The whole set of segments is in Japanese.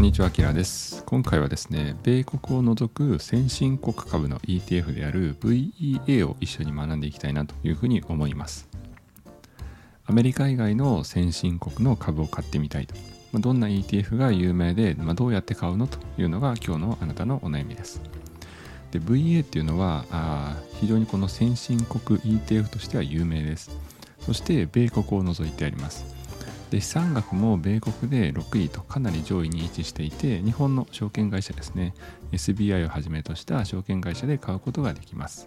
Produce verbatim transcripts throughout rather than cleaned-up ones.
にちは、あきらです。今回はですね、米国を除く先進国株の イーティーエフ である ブイイーエー を一緒に学んでいきたいなというふうに思います。アメリカ以外の先進国の株を買ってみたいと。どんな イーティーエフ が有名で、まあ、どうやって買うのというのが今日のあなたのお悩みです。で ブイイーエー っていうのはあ非常にこの先進国 イーティーエフ としては有名です。そして米国を除いてあります。で資産額も米国でろくいとかなり上位に位置していて、日本の証券会社ですね エスビーアイ をはじめとした証券会社で買うことができます。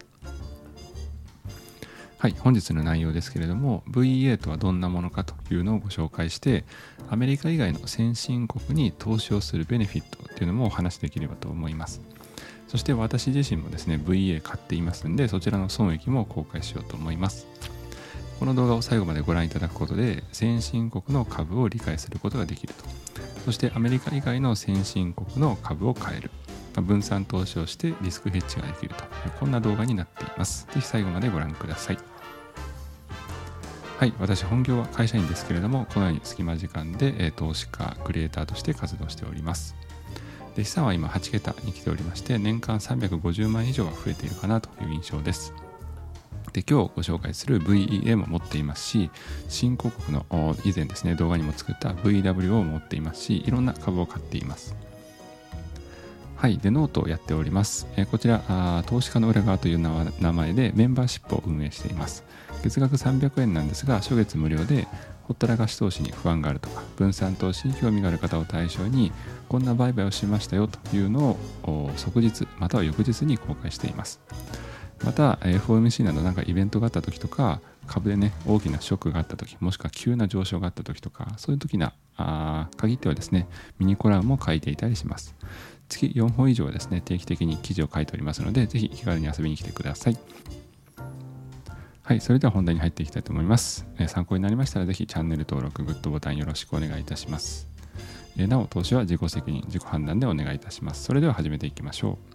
はい、本日の内容ですけれども ブイイーエー とはどんなものかというのをご紹介して、アメリカ以外の先進国に投資をするベネフィットというのもお話しできればと思います。そして私自身もですね ブイイーエー 買っていますので、そちらの損益も公開しようと思います。この動画を最後までご覧いただくことで先進国の株を理解することができると。そしてアメリカ以外の先進国の株を買える、分散投資をしてリスクヘッジができるという、こんな動画になっています。ぜひ最後までご覧ください。はい、私本業は会社員ですけれども、このように隙間時間で投資家クリエイターとして活動しております。で資産は今はちけたに来ておりまして、年間さんびゃくごじゅうまん以上は増えているかなという印象です。で今日ご紹介する ブイイーエー も持っていますし、新興国の以前ですね動画にも作った ブイダブリューオー も持っていますし、いろんな株を買っています。はい、でノートをやっております。えこちらあ投資家の裏側という名前でメンバーシップを運営しています。月額さんびゃくえんなんですが、初月無料でほったらかし投資に不安があるとか、分散投資に興味がある方を対象にこんな売買をしましたよというのを即日または翌日に公開しています。また エフオーエムシー などなんかイベントがあった時とか、株でね大きなショックがあった時、もしくは急な上昇があった時とか、そういう時なあ限ってはですねミニコラムも書いていたりします。月よんほん以上はですね定期的に記事を書いておりますので、ぜひ気軽に遊びに来てください。はい、それでは本題に入っていきたいと思います。えー、参考になりましたらぜひチャンネル登録、グッドボタンよろしくお願いいたします。えー、なお投資は自己責任、自己判断でお願いいたします。それでは始めていきましょう。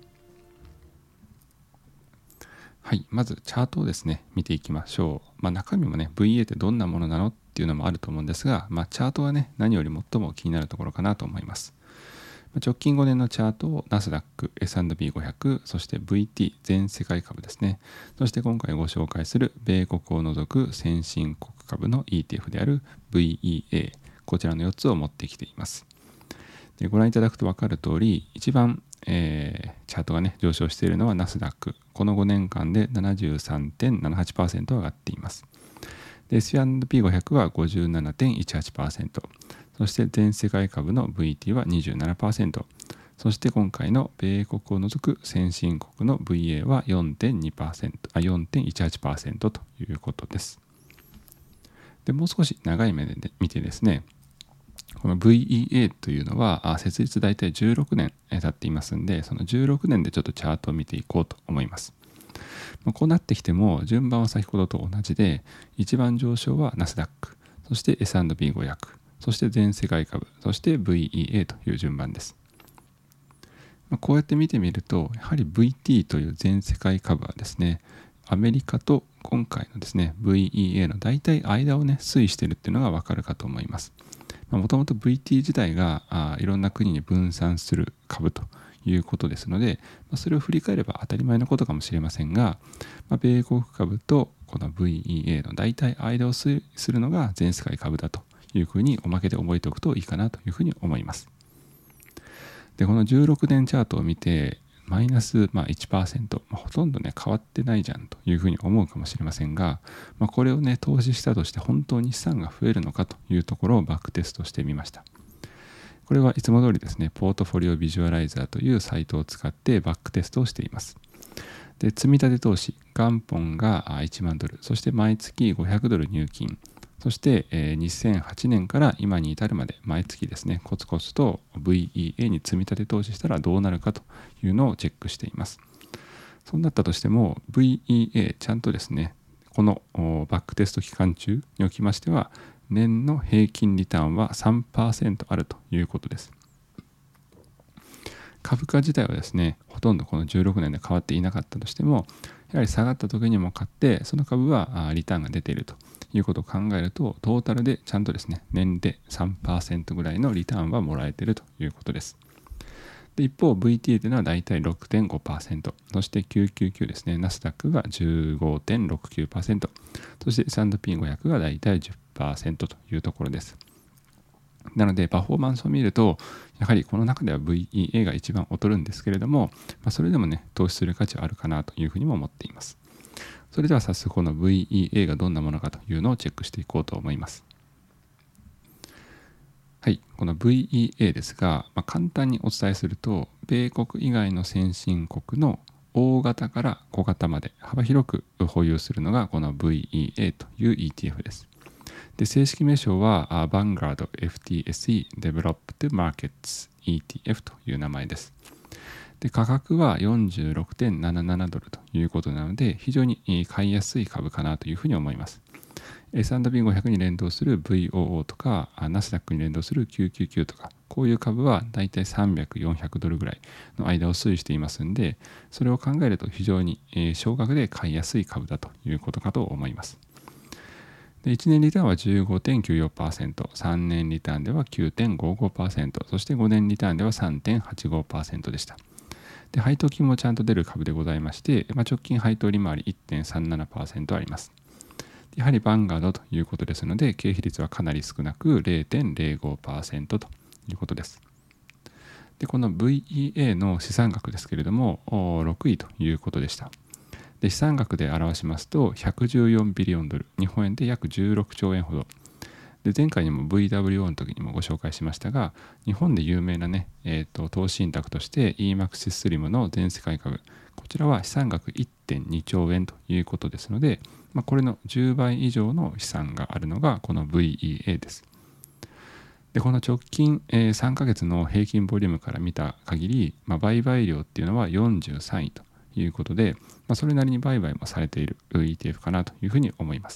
はい、まずチャートをですね見ていきましょう。まあ、中身もね ブイイーエー ってどんなものなのっていうのもあると思うんですが、まあ、チャートはね何より最も気になるところかなと思います。直近ごねんのチャートをナスダック、エスアンドピーごひゃく、そして ブイティー 全世界株ですね。そして今回ご紹介する米国を除く先進国株の イーティーエフ である ブイイーエー、こちらのよっつを持ってきています。でご覧いただくと分かる通り、一番、えー、チャートがね上昇しているのはナスダック。このごねんかんで ななじゅうさんてんななはちパーセント 上がっています。で エスアンドピーごひゃく は ごじゅうななてんいちはちパーセント、そして全世界株の ブイティー は にじゅうななパーセント、そして今回の米国を除く先進国の ブイイーエー は よんてんにパーセント、あ よんてんいちはちパーセント ということです。でもう少し長い目で見てですね、この ブイイーエー というのは設立大体じゅうろくねん経っていますんで、そのじゅうろくねんでちょっとチャートを見ていこうと思います。こうなってきても順番は先ほどと同じで、一番上昇はナスダック、そして エスアンドピーごひゃく、そして全世界株、そして ブイイーエー という順番です。こうやって見てみると、やはり ブイティー という全世界株はですね、アメリカと今回のですね ブイイーエー の大体間をね推移しているっていうのがわかるかと思います。もともと ブイティー 自体があいろんな国に分散する株ということですので、まあ、それを振り返れば当たり前のことかもしれませんが、まあ、米国株とこの ブイイーエー の大体間を推移するのが全世界株だというふうにおまけで覚えておくといいかなというふうに思います。でこのじゅうろくねんチャートを見てマイナスまあ いちパーセント、まあ、ほとんどね変わってないじゃんというふうに思うかもしれませんが、まあ、これをね投資したとして本当に資産が増えるのかというところをバックテストしてみました。これはいつも通りですねポートフォリオビジュアライザーというサイトを使ってバックテストをしています。で積立投資元本がいちまんドル、そして毎月ごひゃくドル入金、そしてにせんはちねんから今に至るまで毎月ですねコツコツと ブイイーエー に積み立て投資したらどうなるかというのをチェックしています。そうなったとしても ブイイーエー ちゃんとですねこのバックテスト期間中におきましては年の平均リターンは さんパーセント あるということです。株価自体はですねほとんどこのじゅうろくねんで変わっていなかったとしても、やはり下がった時にも買ってその株はリターンが出ているということを考えると、トータルでちゃんとですね、年で さんパーセント ぐらいのリターンはもらえているということです。で一方 ブイティー というのはだいたい ろくてんごパーセント、そしてきゅうひゃくきゅうじゅうきゅうですね、ナスダックが じゅうごてんろくきゅうパーセント、そして エスアンドピーごひゃく がだいたい じゅっパーセント というところです。なのでパフォーマンスを見ると、やはりこの中では ブイイーエー が一番劣るんですけれども、まあ、それでもね、投資する価値はあるかなというふうにも思っています。それでは早速この ブイイーエー がどんなものかというのをチェックしていこうと思います。はい、この ブイイーエー ですが、まあ、簡単にお伝えすると、米国以外の先進国の大型から小型まで幅広く保有するのがこの ブイイーエー という イーティーエフ です。で正式名称は Vanguard エフティーエスイー Developed Markets イーティーエフ という名前です。で価格は よんじゅうろくてんなななな ドルということなので、非常に買いやすい株かなというふうに思います。エスアンドピーごひゃく に連動する ブイオーオー とか、ナスダックに連動するきゅうひゃくきゅうじゅうきゅうとか、こういう株はだいたいさんびゃく、よんひゃくドルぐらいの間を推移していますので、それを考えると非常に少額で買いやすい株だということかと思います。でいちねんリターンは じゅうごてんきゅうよんパーセント、さんねんリターンでは きゅうてんごごパーセント、そしてごねんリターンでは さんてんはちごパーセント でした。で配当金もちゃんと出る株でございまして、まあ、直近配当利回り いってんさんななパーセント あります。やはりバンガードということですので、経費率はかなり少なく れいてんぜろごパーセント ということです。でこの ブイイーエー の資産額ですけれども、ろくいということでした。で資産額で表しますとひゃくじゅうよんビリオンドル、日本円で約じゅうろくちょうえんほど。で前回にも ブイダブリューオー の時にもご紹介しましたが、日本で有名なね、えーと、投資信託として イーマックス スリムの全世界株、こちらは資産額 いってんにちょうえんということですので、まあ、これのじゅうばい以上の資産があるのがこの ブイイーエー です。でこの直近、えー、さんかげつの平均ボリュームから見た限り、まあ、売買量っていうのはよんじゅうさんいということで、まあ、それなりに売買もされている イーティーエフ かなというふうに思います。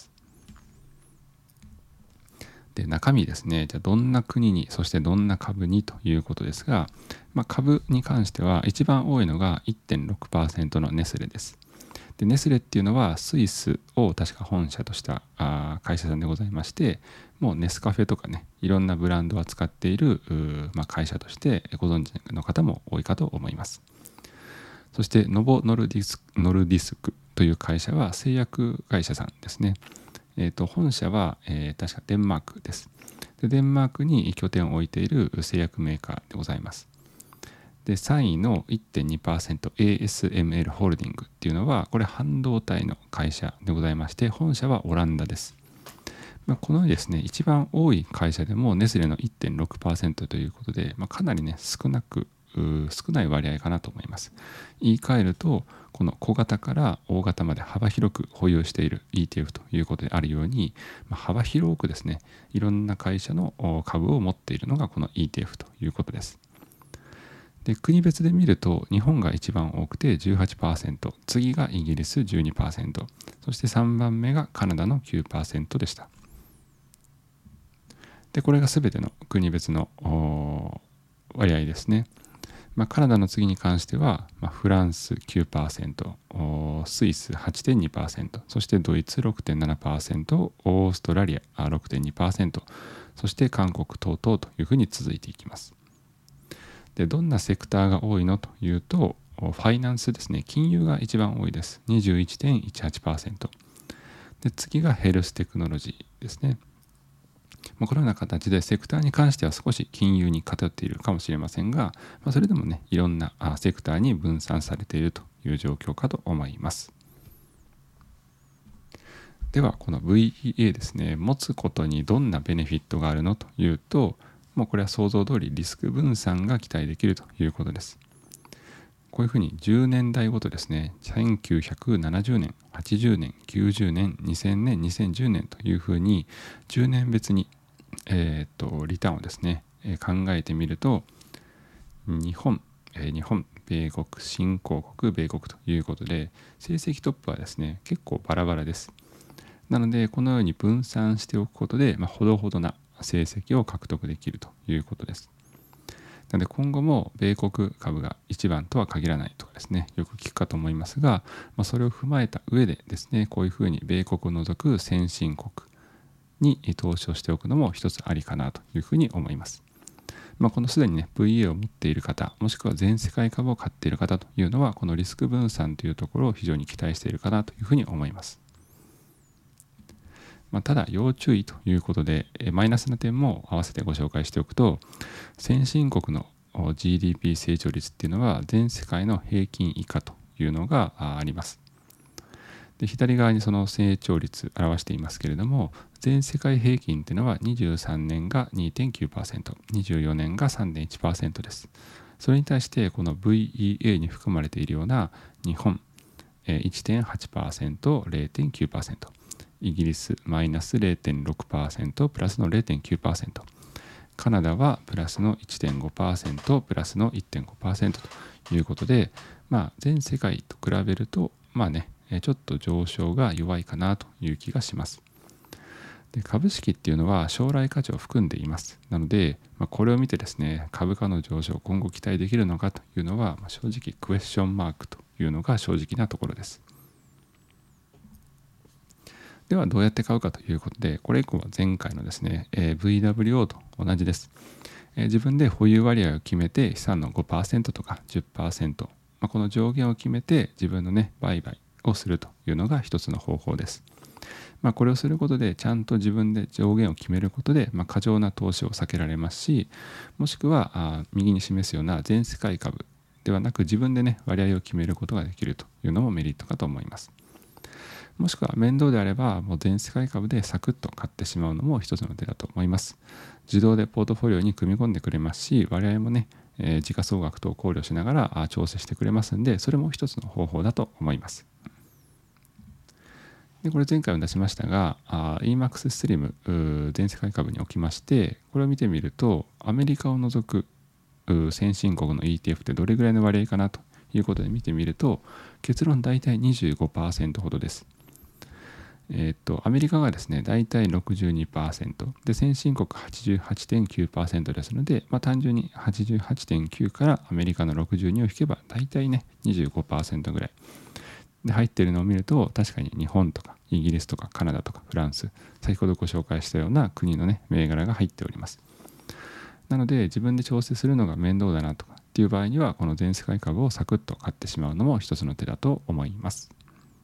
で中身ですね、じゃあどんな国に、そしてどんな株にということですが、まあ、株に関しては一番多いのが いってんろくパーセント のネスレです。でネスレっていうのはスイスを確か本社としたあ会社さんでございまして、もうネスカフェとかね、いろんなブランドを扱っている、まあ、会社としてご存知の方も多いかと思います。そしてノボノルディスク、ノルディスクという会社は製薬会社さんですね。えー、と本社は、えー、確かデンマークです。でデンマークに拠点を置いている製薬メーカーでございます。でさんいの いってんにパーセント エーエスエムエル ホールディングっていうのは、これ半導体の会社でございまして、本社はオランダです。まあ、このようにですね、一番多い会社でもネスレの いってんろくパーセント ということで、まあ、かなりね少なく少ない割合かなと思います。言い換えると、この小型から大型まで幅広く保有している イーティーエフ ということであるように、まあ、幅広くですね、いろんな会社の株を持っているのがこの イーティーエフ ということです。で国別で見ると、日本が一番多くて じゅうはちパーセント、次がイギリス じゅうにパーセント、そしてさんばんめがカナダの きゅうパーセント でした。でこれが全ての国別の割合ですね。まあ、カナダの次に関しては、まあ、フランス きゅうパーセント、スイス はちてんにパーセント、そしてドイツ ろくてんななパーセント、オーストラリア ろくてんにパーセント、そして韓国等々というふうに続いていきます。でどんなセクターが多いのというと、ファイナンスですね、金融が一番多いです。にじゅういってんいちはちパーセント。で次がヘルステクノロジーですね。このような形でセクターに関しては少し金融に偏っているかもしれませんが、まあ、それでもね、いろんなセクターに分散されているという状況かと思います。ではこの ブイイーエー ですね、持つことにどんなベネフィットがあるのというと、もうこれは想像通りリスク分散が期待できるということです。こういうふうにじゅうねんだいごとですね、せんきゅうひゃくななじゅうねん、はちじゅうねん、きゅうじゅうねん、にせんねん、にせんじゅうねんというふうにじゅうねん別に、えー、とリターンをですね、えー、考えてみると、日本、えー、日本、米国、新興国、米国ということで、成績トップはですね、結構バラバラです。なのでこのように分散しておくことで、まあ、ほどほどな成績を獲得できるということです。なので今後も米国株が一番とは限らないとかですね、よく聞くかと思いますが、まあ、それを踏まえた上でですね、こういうふうに米国を除く先進国に投資をしておくのも一つありかなというふうに思います。まあ、このすでにね ブイエー を持っている方、もしくは全世界株を買っている方というのは、このリスク分散というところを非常に期待しているかなというふうに思います。まあ、ただ要注意ということで、マイナスな点も合わせてご紹介しておくと、先進国の ジーディーピー 成長率っていうのは全世界の平均以下というのがあります。で左側にその成長率表していますけれども、全世界平均っていうのはにじゅうさんねんが にてんきゅうパーセント、にじゅうよねんが さんてんいちパーセント です。それに対してこの ブイイーエー に含まれているような日本 いってんはちパーセント、れいてんきゅうパーセント、イギリスマイナス れいてんろくパーセント、プラスの れいてんきゅうパーセント、カナダはプラスの いってんごパーセント、プラスの いってんごパーセント ということで、まあ、全世界と比べるとまあねちょっと上昇が弱いかなという気がします。で株式っていうのは将来価値を含んでいます。なので、まあ、これを見てですね、株価の上昇今後期待できるのかというのは、まあ、正直クエスチョンマークというのが正直なところです。ではどうやって買うかということで、これ以降は前回のですね、えー、ブイダブリューオー と同じです。えー、自分で保有割合を決めて資産の ごパーセント とか じゅっパーセント、まあ、この上限を決めて自分のね売買をするというのが一つの方法です。まあ、これをすることでちゃんと自分で上限を決めることで、まあ、過剰な投資を避けられますし、もしくはあ右に示すような全世界株ではなく自分でね割合を決めることができるというのもメリットかと思います。もしくは面倒であればもう全世界株でサクッと買ってしまうのも一つの手だと思います。自動でポートフォリオに組み込んでくれますし、割合もね、えー、時価総額等を考慮しながら調整してくれますんで、それも一つの方法だと思います。でこれ前回も出しましたが、イーマックス Slim 全世界株におきまして、これを見てみるとアメリカを除く先進国の イーティーエフ ってどれぐらいの割合かなということで見てみると、結論大体 にじゅうごパーセント ほどです。えー、っとアメリカがですね大体 ろくじゅうにパーセント で、先進国 はちじゅうはちてんきゅうパーセント ですので、まあ、単純に はちじゅうはちてんきゅう からアメリカのろくじゅうにを引けば大体ね にじゅうごパーセント ぐらいで入っているのを見ると、確かに日本とかイギリスとかカナダとかフランス、先ほどご紹介したような国のね銘柄が入っております。なので自分で調整するのが面倒だなとかっていう場合には、この全世界株をサクッと買ってしまうのも一つの手だと思います。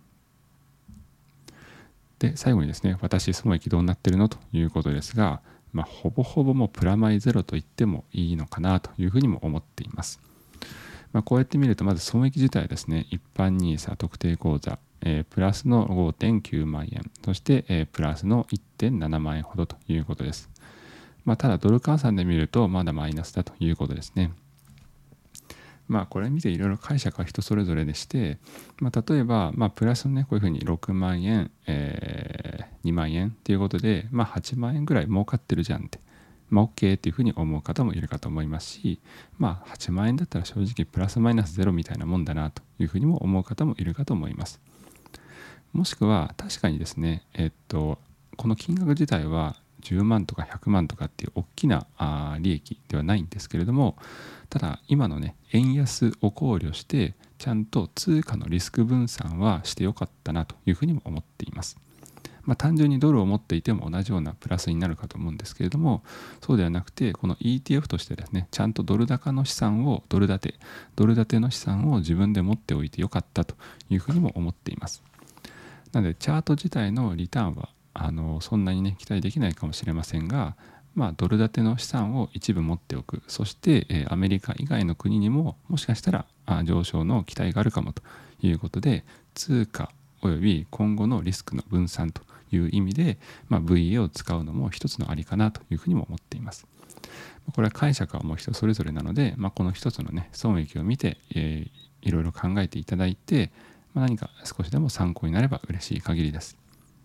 で最後にですね、私損益どうなってるのということですが、まあ、ほぼほぼもうプラマイゼロと言ってもいいのかなというふうにも思っています。まあ、こうやって見ると、まず損益自体はですね、一般ニーサ特定口座、えー、プラスの ごてんきゅうまんえん、そして、えー、プラスの いってんななまんえんほどということです。まあ、ただドル換算で見るとまだマイナスだということですね。まあこれ見ていろいろ解釈は人それぞれでして、まあ、例えば、まあ、プラスのねこういうふうにろくまんえん、えー、にまんえんっていうことで、まあ、はちまんえんぐらい儲かってるじゃんって、まあ、OK っていうふうに思う方もいるかと思いますし、まあ、はちまんえんだったら正直プラスマイナスゼロみたいなもんだなというふうにも思う方もいるかと思います。もしくは確かにですね、えっとこの金額自体はじゅうまんとかひゃくまんとかっていう大きなあ利益ではないんですけれども、ただ今のね円安を考慮してちゃんと通貨のリスク分散はしてよかったなというふうにも思っています。まあ、単純にドルを持っていても同じようなプラスになるかと思うんですけれども、そうではなくてこの イーティーエフ としてですね、ちゃんとドル高の資産をドル建てドル建ての資産を自分で持っておいてよかったというふうにも思っています。なのでチャート自体のリターンはあのそんなにね期待できないかもしれませんが、まあ、ドル建ての資産を一部持っておく、そして、えー、アメリカ以外の国にももしかしたらあ上昇の期待があるかもということで、通貨および今後のリスクの分散という意味で、まあ、ブイエー を使うのも一つのありかなというふうにも思っています。これは解釈はもう人それぞれなので、まあ、この一つのね損益を見て、えー、いろいろ考えていただいて、まあ、何か少しでも参考になれば嬉しい限りです。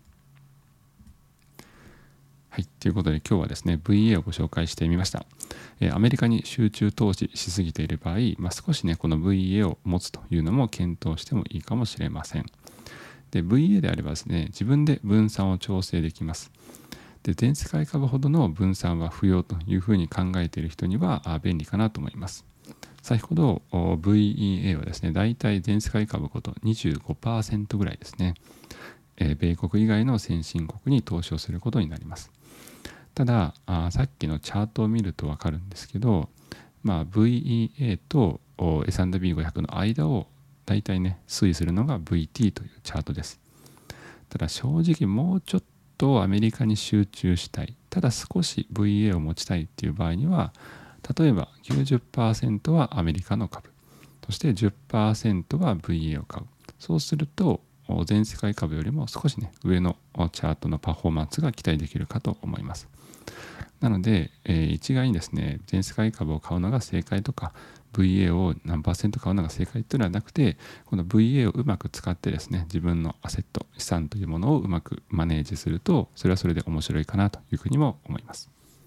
はい、ということで今日はですね ブイエー をご紹介してみました。えー、アメリカに集中投資しすぎている場合、まあ、少しねこの ブイエー を持つというのも検討してもいいかもしれません。で ブイエー であればですね、自分で分散を調整できます。で全世界株ほどの分散は不要というふうに考えている人には便利かなと思います。先ほど ブイイーエー はですね、だいたい全世界株ごと にじゅうごパーセント ぐらいですね。 えー、米国以外の先進国に投資をすることになります。ただあさっきのチャートを見ると分かるんですけど、まあ、ブイイーエー と エスアンドピーごひゃく の間をだいたいね推移するのが ブイティー というチャートです。ただ正直もうちょっとアメリカに集中したい、ただ少し ブイイーエー を持ちたいっていう場合には、例えば きゅうじゅっパーセント はアメリカの株、そして じゅっパーセント は ブイイーエー を買う。そうすると全世界株よりも少しね上のチャートのパフォーマンスが期待できるかと思います。なので、えー、一概にですね全世界株を買うのが正解とか ブイイーエー を何パーセント買うのが正解というのはなくて、この ブイイーエー をうまく使ってですね自分のアセット資産というものをうまくマネージすると、それはそれで面白いかなというふうにも思います。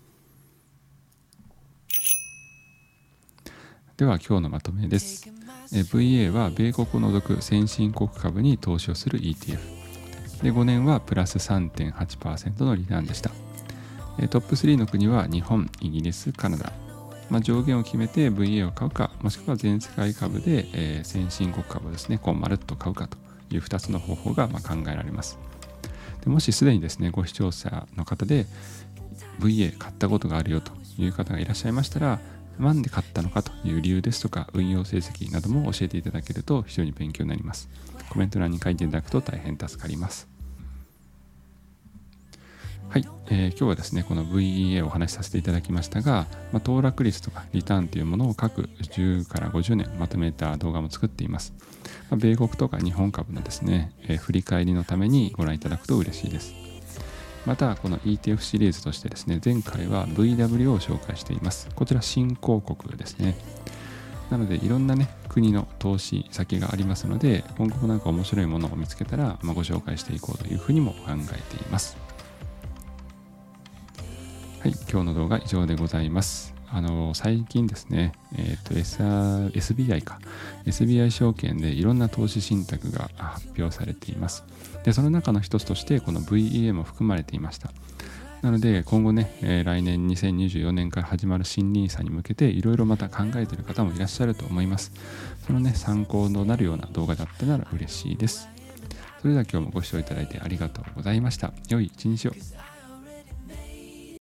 では今日のまとめです。え ブイイーエー は米国を除く先進国株に投資をする イーティーエフ で、ごねんはプラス さんてんはちパーセント のリターンでした。トップスリーの国は日本、イギリス、カナダ。まあ、上限を決めて ブイイーエー を買うか、もしくは全世界株で、えー、先進国株をですね、こうまるっと買うかというふたつの方法がまあ考えられます。でもしすでにですね、ご視聴者の方で ブイイーエー 買ったことがあるよという方がいらっしゃいましたら、なんで買ったのかという理由ですとか、運用成績なども教えていただけると非常に勉強になります。コメント欄に書いていただくと大変助かります。はい、えー、今日はですねこの ブイイーエー をお話しさせていただきましたが、まあ、騰落率とかリターンというものを各じゅうからごじゅうねんまとめた動画も作っています。まあ、米国とか日本株のですね、えー、振り返りのためにご覧いただくと嬉しいです。またこの イーティーエフ シリーズとしてですね、前回は ブイダブリュー を紹介しています。こちら新興国ですね。なのでいろんなね国の投資先がありますので、今後もなんか面白いものを見つけたら、まあ、ご紹介していこうというふうにも考えています。はい、今日の動画以上でございます。あの最近ですね、えーと エスアール、エスビーアイ か エスビーアイ 証券でいろんな投資信託が発表されています。でその中の一つとしてこの ブイイーエー も含まれていました。なので今後ね、えー、来年にせんにじゅうよねんから始まる新ニーサに向けていろいろまた考えている方もいらっしゃると思います。そのね参考になるような動画だったなら嬉しいです。それでは今日もご視聴いただいてありがとうございました。良い一日を。